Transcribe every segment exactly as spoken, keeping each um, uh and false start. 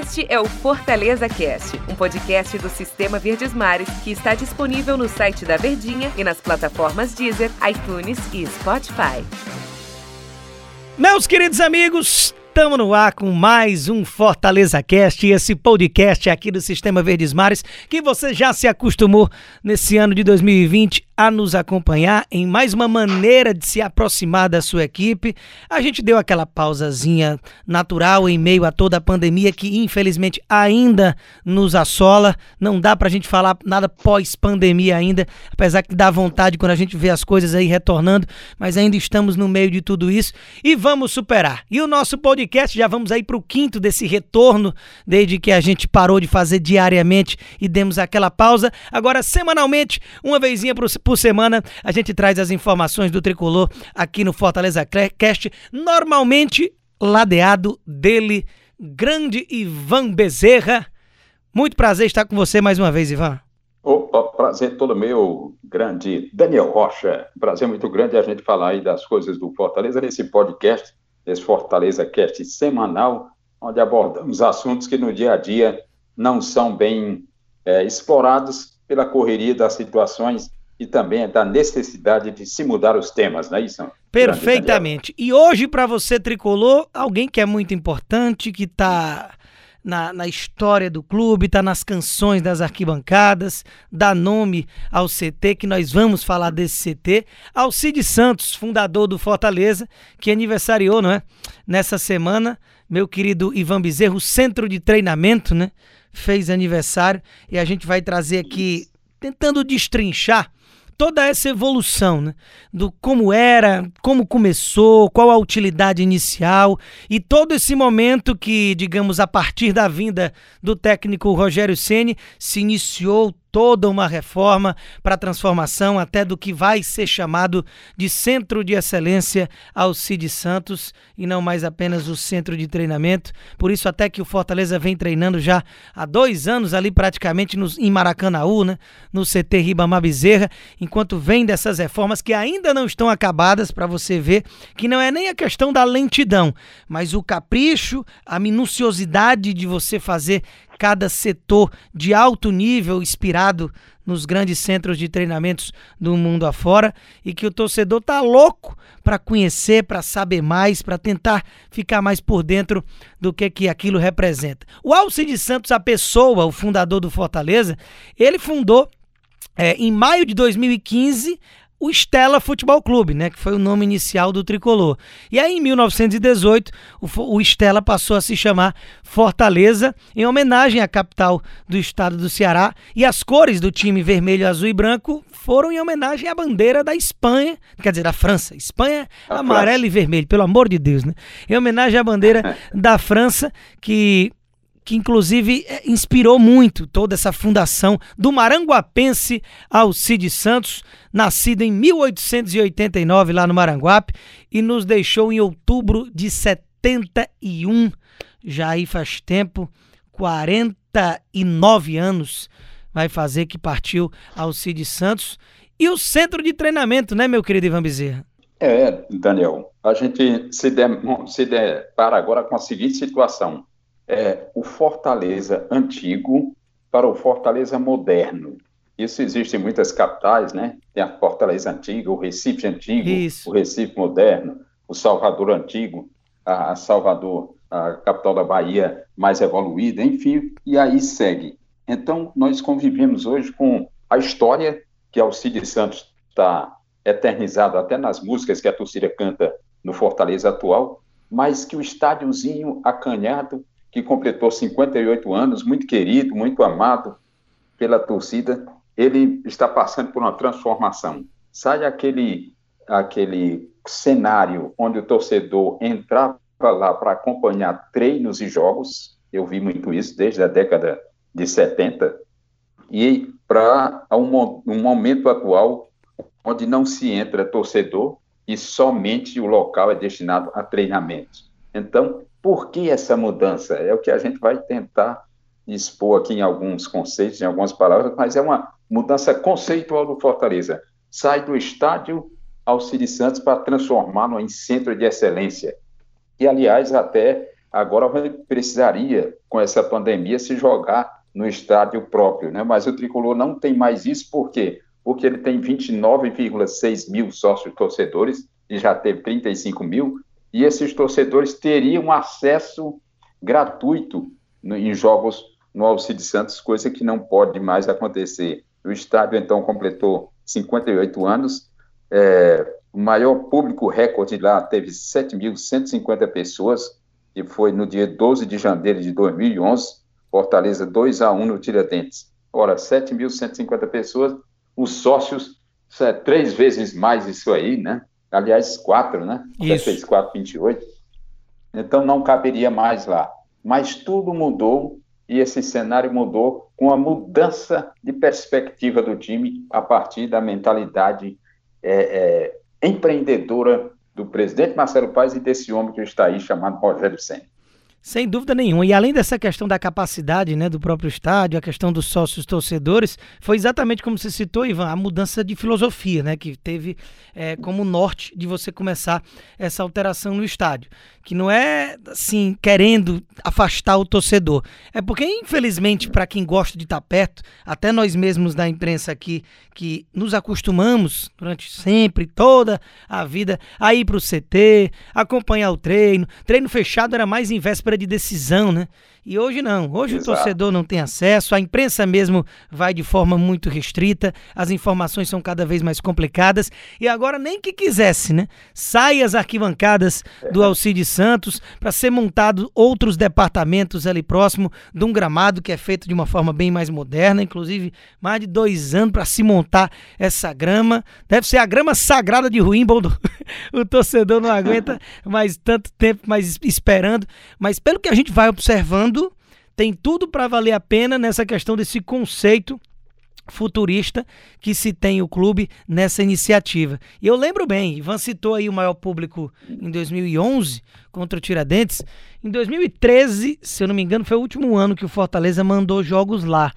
Este é o Fortaleza Cast, um podcast do Sistema Verdes Mares que está disponível no site da Verdinha e nas plataformas Deezer, iTunes e Spotify. Meus queridos amigos, estamos no ar com mais um Fortaleza Cast, esse podcast aqui do Sistema Verdes Mares, que você já se acostumou nesse ano de dois mil e vinte a nos acompanhar em mais uma maneira de se aproximar da sua equipe. A gente deu aquela pausazinha natural em meio a toda a pandemia que infelizmente ainda nos assola. Não dá pra gente falar nada pós-pandemia ainda, apesar que dá vontade quando a gente vê as coisas aí retornando, mas ainda estamos no meio de tudo isso e vamos superar. E o nosso podcast, já vamos aí pro quinto desse retorno, desde que a gente parou de fazer diariamente e demos aquela pausa. Agora, semanalmente, uma vezinha por Por semana, a gente traz as informações do Tricolor aqui no Fortaleza Cast, normalmente ladeado dele, grande Ivan Bezerra. Muito prazer estar com você mais uma vez, Ivan. Opa, prazer todo meu, grande Daniel Rocha. Prazer muito grande a gente falar aí das coisas do Fortaleza nesse podcast, esse Fortaleza Cast semanal, onde abordamos assuntos que no dia a dia não são bem é, explorados pela correria das situações e também da necessidade de se mudar os temas, não é isso? Perfeitamente. E hoje, para você, Tricolor, alguém que é muito importante, que está na, na história do clube, está nas canções das arquibancadas, dá nome ao C T, que nós vamos falar desse C T, Alcides Santos, fundador do Fortaleza, que aniversariou, não é? Nessa semana, meu querido Ivan Bezerra, o centro de treinamento, né? Fez aniversário e a gente vai trazer aqui, tentando destrinchar toda essa evolução, né? Do como era, como começou, qual a utilidade inicial e todo esse momento que, digamos, a partir da vinda do técnico Rogério Ceni, se iniciou toda uma reforma para a transformação até do que vai ser chamado de Centro de Excelência Alcides Santos e não mais apenas o centro de treinamento. Por isso até que o Fortaleza vem treinando já há dois anos ali praticamente no, em Maracanaú, né? No C T Ribamar Bezerra, enquanto vem dessas reformas que ainda não estão acabadas, para você ver que não é nem a questão da lentidão, mas o capricho, a minuciosidade de você fazer cada setor de alto nível, inspirado nos grandes centros de treinamentos do mundo afora, e que o torcedor tá louco para conhecer, para saber mais, para tentar ficar mais por dentro do que, que aquilo representa. O Alcides Santos, a pessoa, o fundador do Fortaleza, ele fundou é, em maio de dois mil e quinze o Stella Futebol Clube, né, que foi o nome inicial do Tricolor. E aí, em mil novecentos e dezoito, o, o Stella passou a se chamar Fortaleza, em homenagem à capital do estado do Ceará, e as cores do time vermelho, azul e branco foram em homenagem à bandeira da Espanha, quer dizer, da França. Espanha, a amarelo França. E vermelho, pelo amor de Deus, né? Em homenagem à bandeira da França, que... que inclusive inspirou muito toda essa fundação do maranguapense Alcides Santos, nascido em mil oitocentos e oitenta e nove lá no Maranguape, e nos deixou em outubro de setenta e um, já aí faz tempo, quarenta e nove anos vai fazer que partiu Alcides Santos. E o centro de treinamento, né, meu querido Ivan Bezerra? É, Daniel, a gente se, de, se depara agora com a seguinte situação. É, o Fortaleza antigo para o Fortaleza moderno. Isso existe em muitas capitais, né? Tem a Fortaleza antiga, o Recife antigo, Isso. o Recife moderno, o Salvador antigo, a Salvador, a capital da Bahia mais evoluída, enfim, e aí segue. Então, nós convivemos hoje com a história que Alcides Santos está eternizado até nas músicas que a torcida canta no Fortaleza atual, mas que o estádiozinho acanhado, que completou cinquenta e oito anos, muito querido, muito amado pela torcida, ele está passando por uma transformação. Sai aquele, aquele cenário onde o torcedor entrava lá para acompanhar treinos e jogos, eu vi muito isso desde a década de setenta, e para um, um momento atual onde não se entra torcedor e somente o local é destinado a treinamento. Então, por que essa mudança? É o que a gente vai tentar expor aqui em alguns conceitos, em algumas palavras, mas é uma mudança conceitual do Fortaleza. Sai do estádio Alcides Santos para transformá-lo em centro de excelência. E, aliás, até agora vai, precisaria, com essa pandemia, se jogar no estádio próprio, né? Mas o Tricolor não tem mais isso, por quê? Porque ele tem vinte e nove vírgula seis mil sócios torcedores, e já teve trinta e cinco mil, e esses torcedores teriam acesso gratuito no, em jogos no Alcides Santos, coisa que não pode mais acontecer. O estádio, então, completou cinquenta e oito anos, é, o maior público recorde lá teve sete mil cento e cinquenta pessoas, e foi no dia doze de janeiro de dois mil e onze, Fortaleza dois a um no Tiradentes. Ora, sete mil cento e cinquenta pessoas, os sócios, isso é três vezes mais isso aí, né? Aliás, quatro, né? Isso. sete vezes quatro, vinte e oito. Então, não caberia mais lá. Mas tudo mudou, e esse cenário mudou com a mudança de perspectiva do time a partir da mentalidade é, é, empreendedora do presidente Marcelo Paes e desse homem que está aí chamado Rogério Ceni. Sem dúvida nenhuma. E além dessa questão da capacidade, né, do próprio estádio, a questão dos sócios torcedores, foi exatamente como você citou, Ivan, a mudança de filosofia, né, que teve é, como norte de você começar essa alteração no estádio. Que não é, assim, querendo afastar o torcedor. É porque, infelizmente, para quem gosta de estar perto, até nós mesmos da imprensa aqui, que nos acostumamos durante sempre, toda a vida, a ir para o C T, acompanhar o treino. Treino fechado era mais em véspera de decisão, né? E hoje não, hoje Exato. O torcedor não tem acesso, a imprensa mesmo vai de forma muito restrita, as informações são cada vez mais complicadas, e agora nem que quisesse, né? Sai as arquibancadas do Alcides Santos para ser montado outros departamentos ali próximo de um gramado que é feito de uma forma bem mais moderna, inclusive mais de dois anos para se montar essa grama, deve ser a grama sagrada de Wimbledon, o torcedor não aguenta mais tanto tempo mais esperando, mas pelo que a gente vai observando, tem tudo para valer a pena nessa questão desse conceito futurista que se tem o clube nessa iniciativa. E eu lembro bem, Ivan citou aí o maior público em dois mil e onze contra o Tiradentes. Em dois mil e treze, se eu não me engano, foi o último ano que o Fortaleza mandou jogos lá.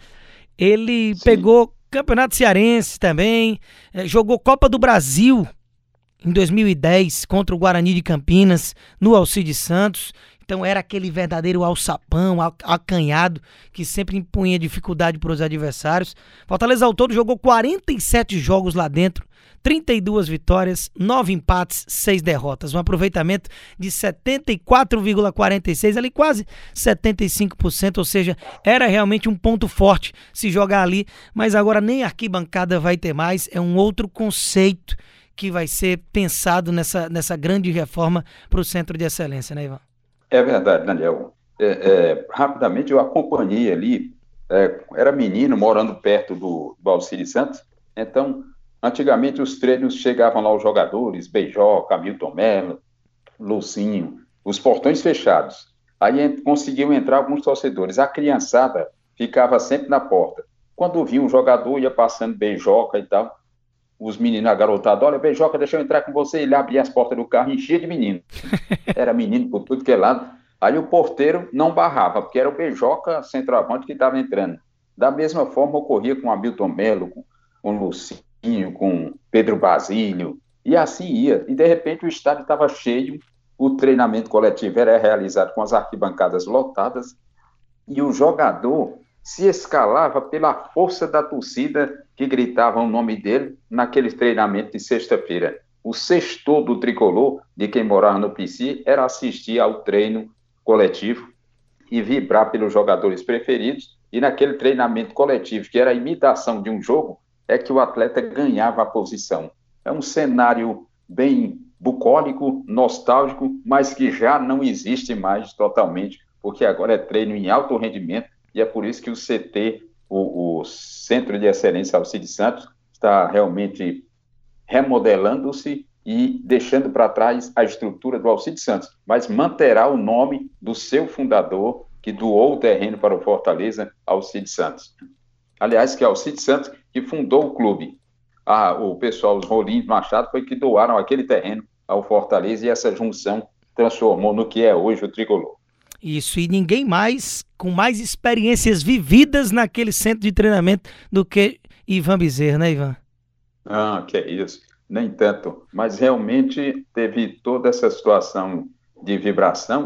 Ele Sim. pegou Campeonato Cearense também, eh, jogou Copa do Brasil em dois mil e dez contra o Guarani de Campinas no Alcides Santos. Então era aquele verdadeiro alçapão, acanhado, que sempre impunha dificuldade para os adversários. Fortaleza ao todo jogou quarenta e sete jogos lá dentro, trinta e duas vitórias, nove empates, seis derrotas. Um aproveitamento de setenta e quatro vírgula quarenta e seis por cento, ali quase setenta e cinco por cento, ou seja, era realmente um ponto forte se jogar ali, mas agora nem arquibancada vai ter mais, é um outro conceito que vai ser pensado nessa, nessa grande reforma para o Centro de Excelência, né, Ivan? É verdade, Daniel. É, é, rapidamente eu acompanhei ali, é, era menino morando perto do, do Alcides Santos, então antigamente os treinos chegavam lá os jogadores, Beijoca, Hamilton Melo, Lucinho, os portões fechados. Aí conseguiam entrar alguns torcedores, a criançada ficava sempre na porta. Quando via um jogador, ia passando Beijoca e tal, os meninos agarotados, olha, Beijoca, deixa eu entrar com você, ele abria as portas do carro e enchia de menino. Era menino por tudo que é lado. Aí o porteiro não barrava, porque era o Beijoca centroavante que estava entrando. Da mesma forma ocorria com Hamilton Melo, com, com Lucinho, com Pedro Basílio, e assim ia. E de repente o estádio estava cheio, o treinamento coletivo era realizado com as arquibancadas lotadas, e o jogador se escalava pela força da torcida que gritava o nome dele naquele treinamento de sexta-feira. O sextor do tricolor, de quem morava no P C, era assistir ao treino coletivo e vibrar pelos jogadores preferidos, e naquele treinamento coletivo, que era a imitação de um jogo, é que o atleta ganhava a posição. É um cenário bem bucólico, nostálgico, mas que já não existe mais totalmente, porque agora é treino em alto rendimento, e é por isso que o C T, o, o Centro de Excelência Alcides Santos, está realmente remodelando-se e deixando para trás a estrutura do Alcides Santos, mas manterá o nome do seu fundador, que doou o terreno para o Fortaleza, Alcides Santos. Aliás, que é Alcides Santos que fundou o clube. Ah, o pessoal, os Rolim Machado, foi que doaram aquele terreno ao Fortaleza, e essa junção transformou no que é hoje o tricolor. Isso, e ninguém mais com mais experiências vividas naquele centro de treinamento do que Ivan Bezerra, né, Ivan? Ah, que é isso. Nem tanto. Mas realmente teve toda essa situação de vibração,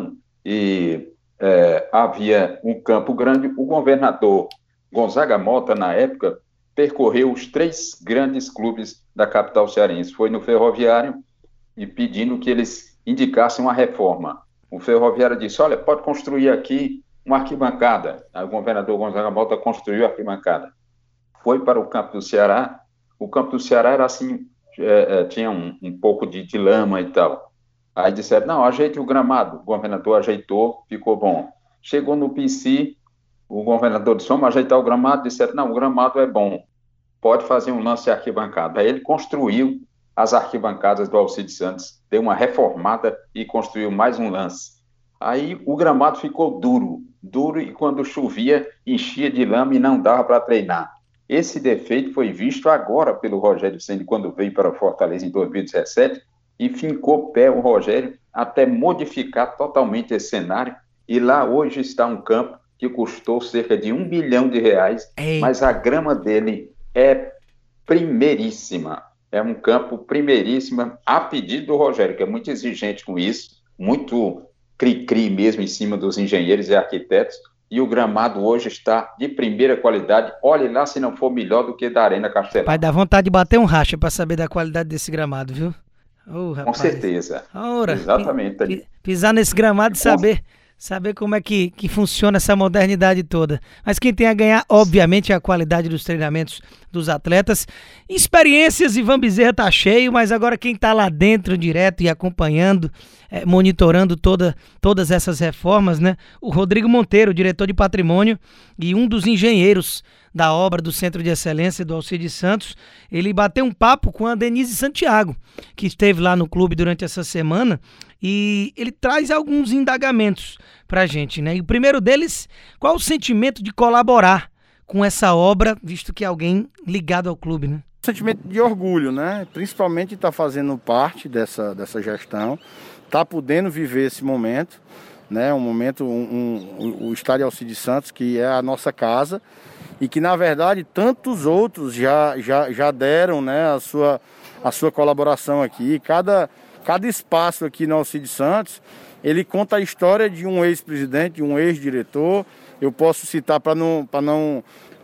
e é, havia um campo grande. O governador Gonzaga Mota, na época, percorreu os três grandes clubes da capital cearense. Foi no Ferroviário e pedindo que eles indicassem uma reforma. O Ferroviário disse, olha, pode construir aqui uma arquibancada. Aí o governador Gonzaga Mota construiu a arquibancada. Foi para o campo do Ceará. O campo do Ceará era assim, é, é, tinha um, um pouco de, de lama e tal. Aí disseram, não, ajeite o gramado. O governador ajeitou, ficou bom. Chegou no P C, o governador disse, vamos ajeitar o gramado. Disseram, não, o gramado é bom, pode fazer um lance de arquibancada. Aí ele construiu as arquibancadas do Alcides Santos, deu uma reformada e construiu mais um lance. Aí o gramado ficou duro, duro, e quando chovia, enchia de lama e não dava para treinar. Esse defeito foi visto agora pelo Rogério Ceni quando veio para o Fortaleza em dois mil e dezessete, e fincou pé o Rogério até modificar totalmente esse cenário, e lá hoje está um campo que custou cerca de um bilhão de reais, Ei. mas a grama dele é primeiríssima, é um campo primeiríssima, a pedido do Rogério, que é muito exigente com isso, muito cri-cri mesmo em cima dos engenheiros e arquitetos, e o gramado hoje está de primeira qualidade. Olhe lá se não for melhor do que da Arena Castelão. Vai dar vontade de bater um racha para saber da qualidade desse gramado, viu? Oh, com certeza. Ora, exatamente. Pisar nesse gramado e saber, saber como é que, que funciona essa modernidade toda. Mas quem tem a ganhar, obviamente, é a qualidade dos treinamentos dos atletas. Experiências, Ivan Bezerra tá cheio, mas agora quem tá lá dentro direto e acompanhando, é, monitorando toda, todas essas reformas, né? O Rodrigo Monteiro, diretor de patrimônio e um dos engenheiros da obra do Centro de Excelência do Alcides Santos, ele bateu um papo com a Denise Santiago, que esteve lá no clube durante essa semana, e ele traz alguns indagamentos pra gente, né? E o primeiro deles, qual o sentimento de colaborar com essa obra, visto que é alguém ligado ao clube, né? Sentimento de orgulho, né? Principalmente estar fazendo parte dessa, dessa gestão, estar podendo viver esse momento, né? Um momento, um, um, o Estádio Alcides Santos, que é a nossa casa, e que, na verdade, tantos outros já, já, já deram, né, a, sua, a sua colaboração aqui. Cada, cada espaço aqui no Alcides Santos, ele conta a história de um ex-presidente, de um ex-diretor. Eu posso citar, para não, para não,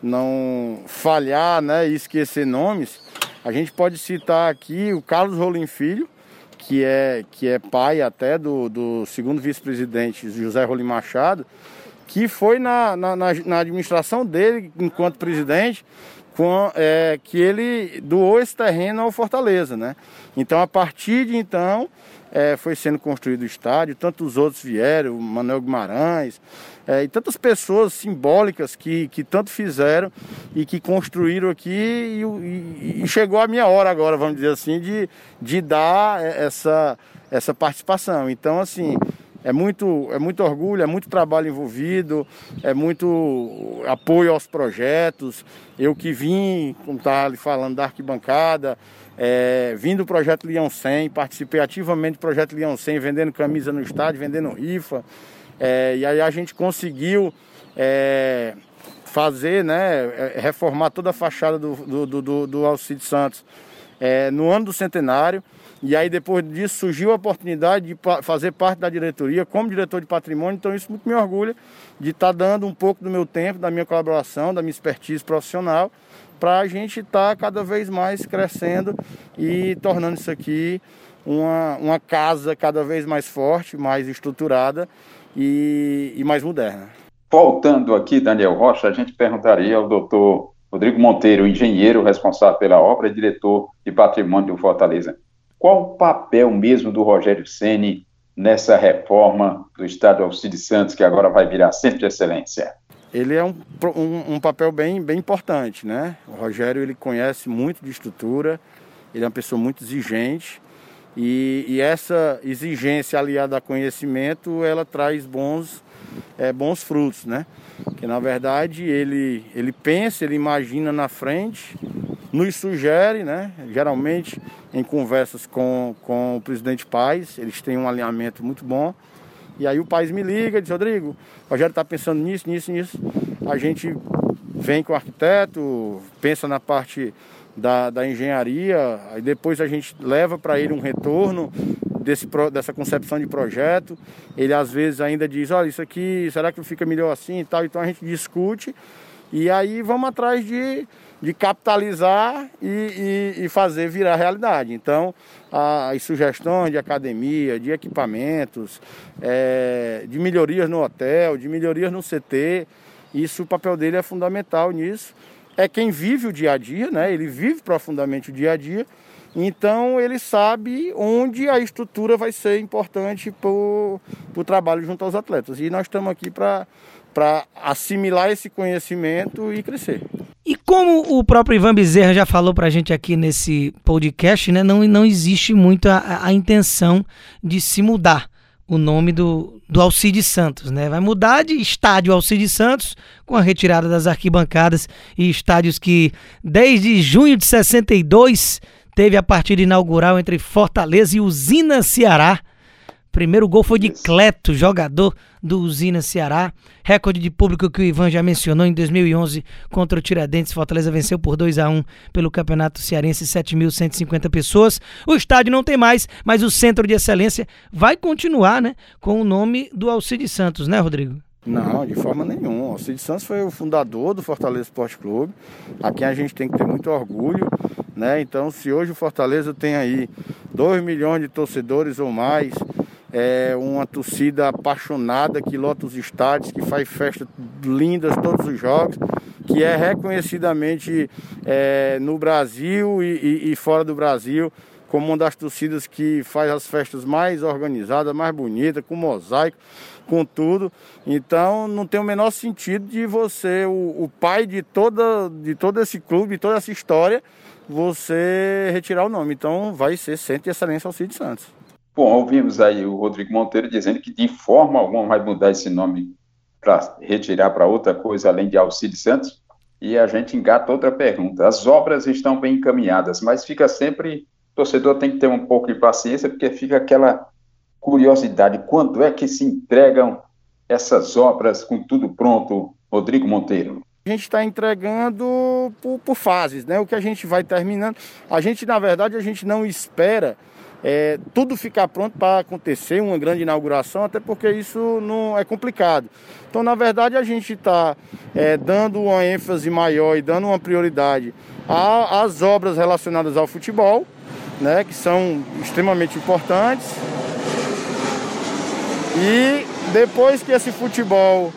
não falhar, né, e esquecer nomes, a gente pode citar aqui o Carlos Rolim Filho, que é, que é pai até do, do segundo vice-presidente José Rolim Machado, que foi na, na, na administração dele, enquanto presidente, com, é, que ele doou esse terreno ao Fortaleza, né? Então, a partir de então, é, foi sendo construído o estádio, tantos outros vieram, o Manuel Guimarães, é, e tantas pessoas simbólicas que, que tanto fizeram e que construíram aqui, e, e, e chegou a minha hora agora, vamos dizer assim, de, de dar essa, essa participação. Então, assim, É muito, é muito orgulho, é muito trabalho envolvido, é muito apoio aos projetos. Eu que vim, como estava ali falando, da arquibancada, é, vim do Projeto Leão cem, participei ativamente do Projeto Leão cem, vendendo camisa no estádio, vendendo rifa. É, e aí a gente conseguiu é, fazer, né, reformar toda a fachada do, do, do, do Alcides Santos é, no ano do centenário. E aí, depois disso, surgiu a oportunidade de fazer parte da diretoria como diretor de patrimônio. Então, isso muito me orgulha de estar dando um pouco do meu tempo, da minha colaboração, da minha expertise profissional, para a gente estar cada vez mais crescendo e tornando isso aqui uma, uma casa cada vez mais forte, mais estruturada e, e mais moderna. Voltando aqui, Daniel Rocha, a gente perguntaria ao doutor Rodrigo Monteiro, engenheiro responsável pela obra e diretor de patrimônio do Fortaleza. Qual o papel mesmo do Rogério Ceni nessa reforma do estádio Alcides Santos, que agora vai virar Centro de Excelência? Ele é um, um, um papel bem, bem importante, né? O Rogério, ele conhece muito de estrutura, ele é uma pessoa muito exigente, e, e essa exigência aliada a conhecimento, ela traz bons, é, bons frutos, né? Que, na verdade, ele, ele pensa, ele imagina na frente, nos sugere, né? Geralmente em conversas com, com o presidente Paes, eles têm um alinhamento muito bom. E aí o Paes me liga e diz: Rodrigo, o Rogério está pensando nisso, nisso, nisso. A gente vem com o arquiteto, pensa na parte da, da engenharia, aí depois a gente leva para ele um retorno desse, dessa concepção de projeto. Ele às vezes ainda diz, olha, isso aqui, será que fica melhor assim e tal? Então a gente discute e aí vamos atrás de, de capitalizar e, e, e fazer virar realidade. Então, as sugestões de academia, de equipamentos, é, de melhorias no hotel, de melhorias no C T, isso, o papel dele é fundamental nisso. É quem vive o dia a dia, né? Ele vive profundamente o dia a dia, então ele sabe onde a estrutura vai ser importante para o trabalho junto aos atletas. E nós estamos aqui para para assimilar esse conhecimento e crescer. E como o próprio Ivan Bezerra já falou para a gente aqui nesse podcast, né, não, não existe muito a, a intenção de se mudar o nome do, do Alcides Santos, né? Vai mudar de estádio Alcides Santos com a retirada das arquibancadas e estádios que desde junho de sessenta e dois teve a partida inaugural entre Fortaleza e Usina Ceará. Primeiro gol foi de Cleto, jogador do Usina Ceará. Recorde de público que o Ivan já mencionou em dois mil e onze contra o Tiradentes. Fortaleza venceu por dois a um pelo Campeonato Cearense, sete mil cento e cinquenta pessoas. O estádio não tem mais, mas o Centro de Excelência vai continuar, né, com o nome do Alcides Santos, né, Rodrigo? Não, de forma nenhuma. O Alcides Santos foi o fundador do Fortaleza Esporte Clube, a quem a gente tem que ter muito orgulho, né? Então, se hoje o Fortaleza tem aí dois milhões de torcedores ou mais, é uma torcida apaixonada que lota os estádios, que faz festas lindas todos os jogos, que é reconhecidamente é, no Brasil e, e, e fora do Brasil como uma das torcidas que faz as festas mais organizadas, mais bonitas, com mosaico, com tudo. Então não tem o menor sentido de você, o, o pai de, toda, de todo esse clube, de toda essa história, você retirar o nome. Então vai ser Centro de Excelência Alcides Santos. Bom, ouvimos aí o Rodrigo Monteiro dizendo que de forma alguma vai mudar esse nome para retirar para outra coisa além de Alcides Santos. E a gente engata outra pergunta. As obras estão bem encaminhadas, mas fica sempre, o torcedor tem que ter um pouco de paciência, porque fica aquela curiosidade, quando é que se entregam essas obras com tudo pronto, Rodrigo Monteiro? A gente está entregando por, por fases, né? O que a gente vai terminando. A gente, na verdade, a gente não espera É, tudo ficar pronto para acontecer, uma grande inauguração, até porque isso não é complicado. Então, na verdade, a gente está é, dando uma ênfase maior e dando uma prioridade às obras relacionadas ao futebol, né, que são extremamente importantes. E depois que esse futebol,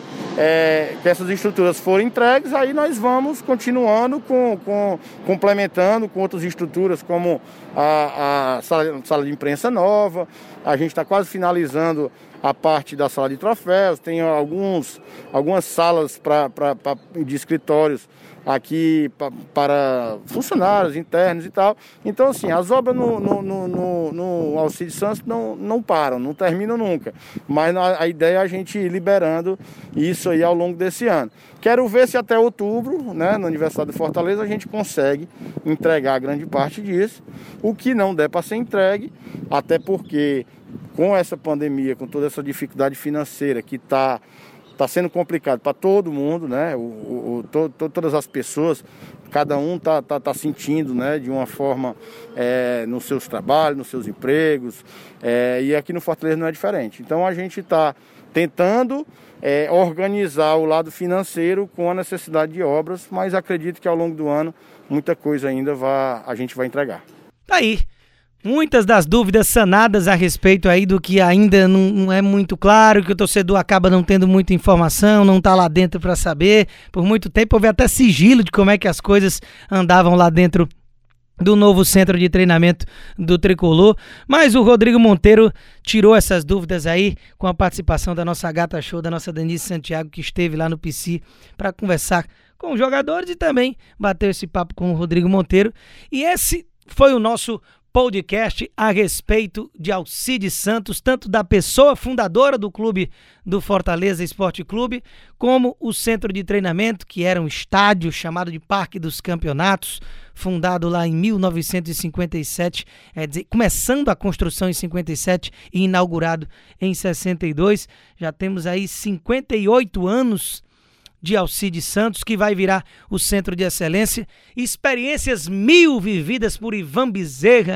é, que essas estruturas forem entregues, aí nós vamos continuando, com, com, complementando com outras estruturas, como a, a sala, sala de imprensa nova. A gente está quase finalizando a parte da sala de troféus, tem alguns, algumas salas pra, pra, pra, de escritórios aqui pra, para funcionários internos e tal. Então, assim, as obras no, no, no, no, no Alcides Santos não, não param, não terminam nunca. Mas a, a ideia é a gente ir liberando isso aí ao longo desse ano. Quero ver se até outubro, né, no aniversário de Fortaleza, a gente consegue entregar grande parte disso. O que não der para ser entregue, até porque com essa pandemia, com toda essa dificuldade financeira que está tá sendo complicado para todo mundo, né? O, o, to, to, todas as pessoas, cada um está tá, tá sentindo, né, de uma forma é, nos seus trabalhos, nos seus empregos, é, e aqui no Fortaleza não é diferente. Então a gente está tentando é, organizar o lado financeiro com a necessidade de obras, mas acredito que ao longo do ano muita coisa ainda vai, a gente vai entregar. Tá aí. Muitas das dúvidas sanadas a respeito aí do que ainda não, não é muito claro, que o torcedor acaba não tendo muita informação, não tá lá dentro para saber. Por muito tempo houve até sigilo de como é que as coisas andavam lá dentro do novo centro de treinamento do Tricolor, mas o Rodrigo Monteiro tirou essas dúvidas aí com a participação da nossa gata show, da nossa Denise Santiago, que esteve lá no P C para conversar com os jogadores e também bateu esse papo com o Rodrigo Monteiro. E esse foi o nosso podcast a respeito de Alcides Santos, tanto da pessoa fundadora do clube do Fortaleza Esporte Clube, como o centro de treinamento, que era um estádio chamado de Parque dos Campeonatos, fundado lá em mil novecentos e cinquenta e sete, é dizer, começando a construção em cinquenta e sete e inaugurado em sessenta e dois. Já temos aí cinquenta e oito anos de Alcides Santos, que vai virar o Centro de Excelência. Experiências mil vividas por Ivan Bezerra,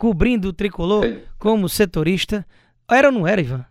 cobrindo o Tricolor Sim. como setorista. Era ou não era, Ivan?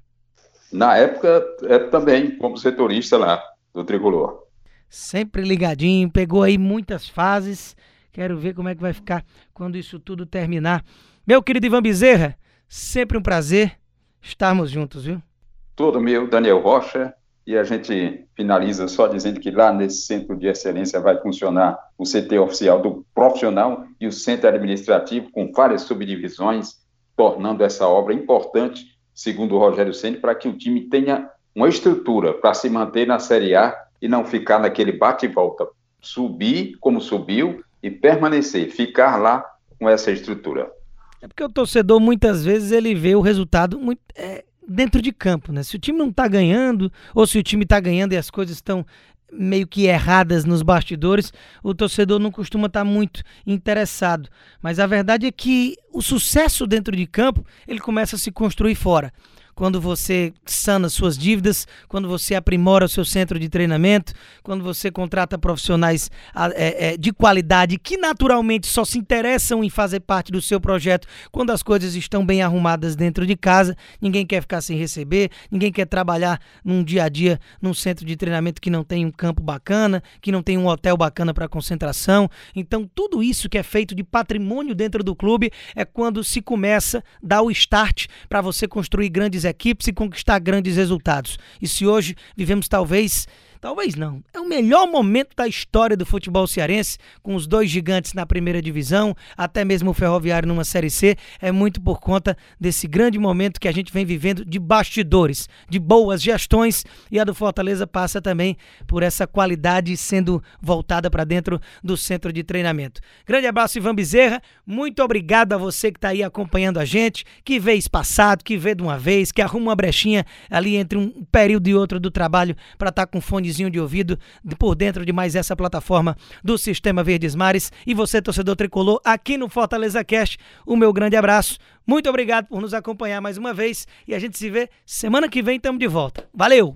Na época, é, também, como setorista lá do Tricolor. Sempre ligadinho, pegou aí muitas fases. Quero ver como é que vai ficar quando isso tudo terminar. Meu querido Ivan Bezerra, sempre um prazer estarmos juntos, viu? Todo meu, Daniel Rocha, e a gente finaliza só dizendo que lá nesse Centro de Excelência vai funcionar o C T oficial do profissional e o Centro Administrativo com várias subdivisões, tornando essa obra importante, segundo o Rogério Ceni, para que o time tenha uma estrutura para se manter na Série A e não ficar naquele bate e volta, subir como subiu e permanecer, ficar lá com essa estrutura. É porque o torcedor muitas vezes ele vê o resultado muito, é, dentro de campo, né? Se o time não tá ganhando, ou se o time tá ganhando e as coisas estão meio que erradas nos bastidores, o torcedor não costuma estar muito interessado. Mas a verdade é que o sucesso dentro de campo, ele começa a se construir fora. Quando você sana suas dívidas, quando você aprimora o seu centro de treinamento, quando você contrata profissionais é, é, de qualidade que naturalmente só se interessam em fazer parte do seu projeto quando as coisas estão bem arrumadas dentro de casa, ninguém quer ficar sem receber, ninguém quer trabalhar num dia a dia num centro de treinamento que não tem um campo bacana, que não tem um hotel bacana para concentração. Então tudo isso que é feito de patrimônio dentro do clube é quando se começa a dar o start para você construir grandes equipes e conquistar grandes resultados. E se hoje vivemos talvez, talvez não, é o melhor momento da história do futebol cearense, com os dois gigantes na primeira divisão, até mesmo o Ferroviário numa Série C, é muito por conta desse grande momento que a gente vem vivendo de bastidores, de boas gestões, e a do Fortaleza passa também por essa qualidade sendo voltada para dentro do centro de treinamento. Grande abraço, Ivan Bezerra, muito obrigado a você que está aí acompanhando a gente, que vê espaçado, que vê de uma vez, que arruma uma brechinha ali entre um período e outro do trabalho para estar tá com fone de ouvido por dentro de mais essa plataforma do Sistema Verdes Mares. E você, torcedor tricolor, aqui no Fortaleza Cast, o meu grande abraço. Muito obrigado por nos acompanhar mais uma vez e a gente se vê semana que vem, estamos de volta. Valeu!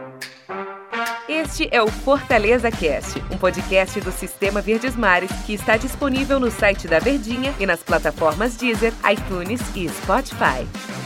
Este é o Fortaleza Cast, um podcast do Sistema Verdes Mares que está disponível no site da Verdinha e nas plataformas Deezer, iTunes e Spotify.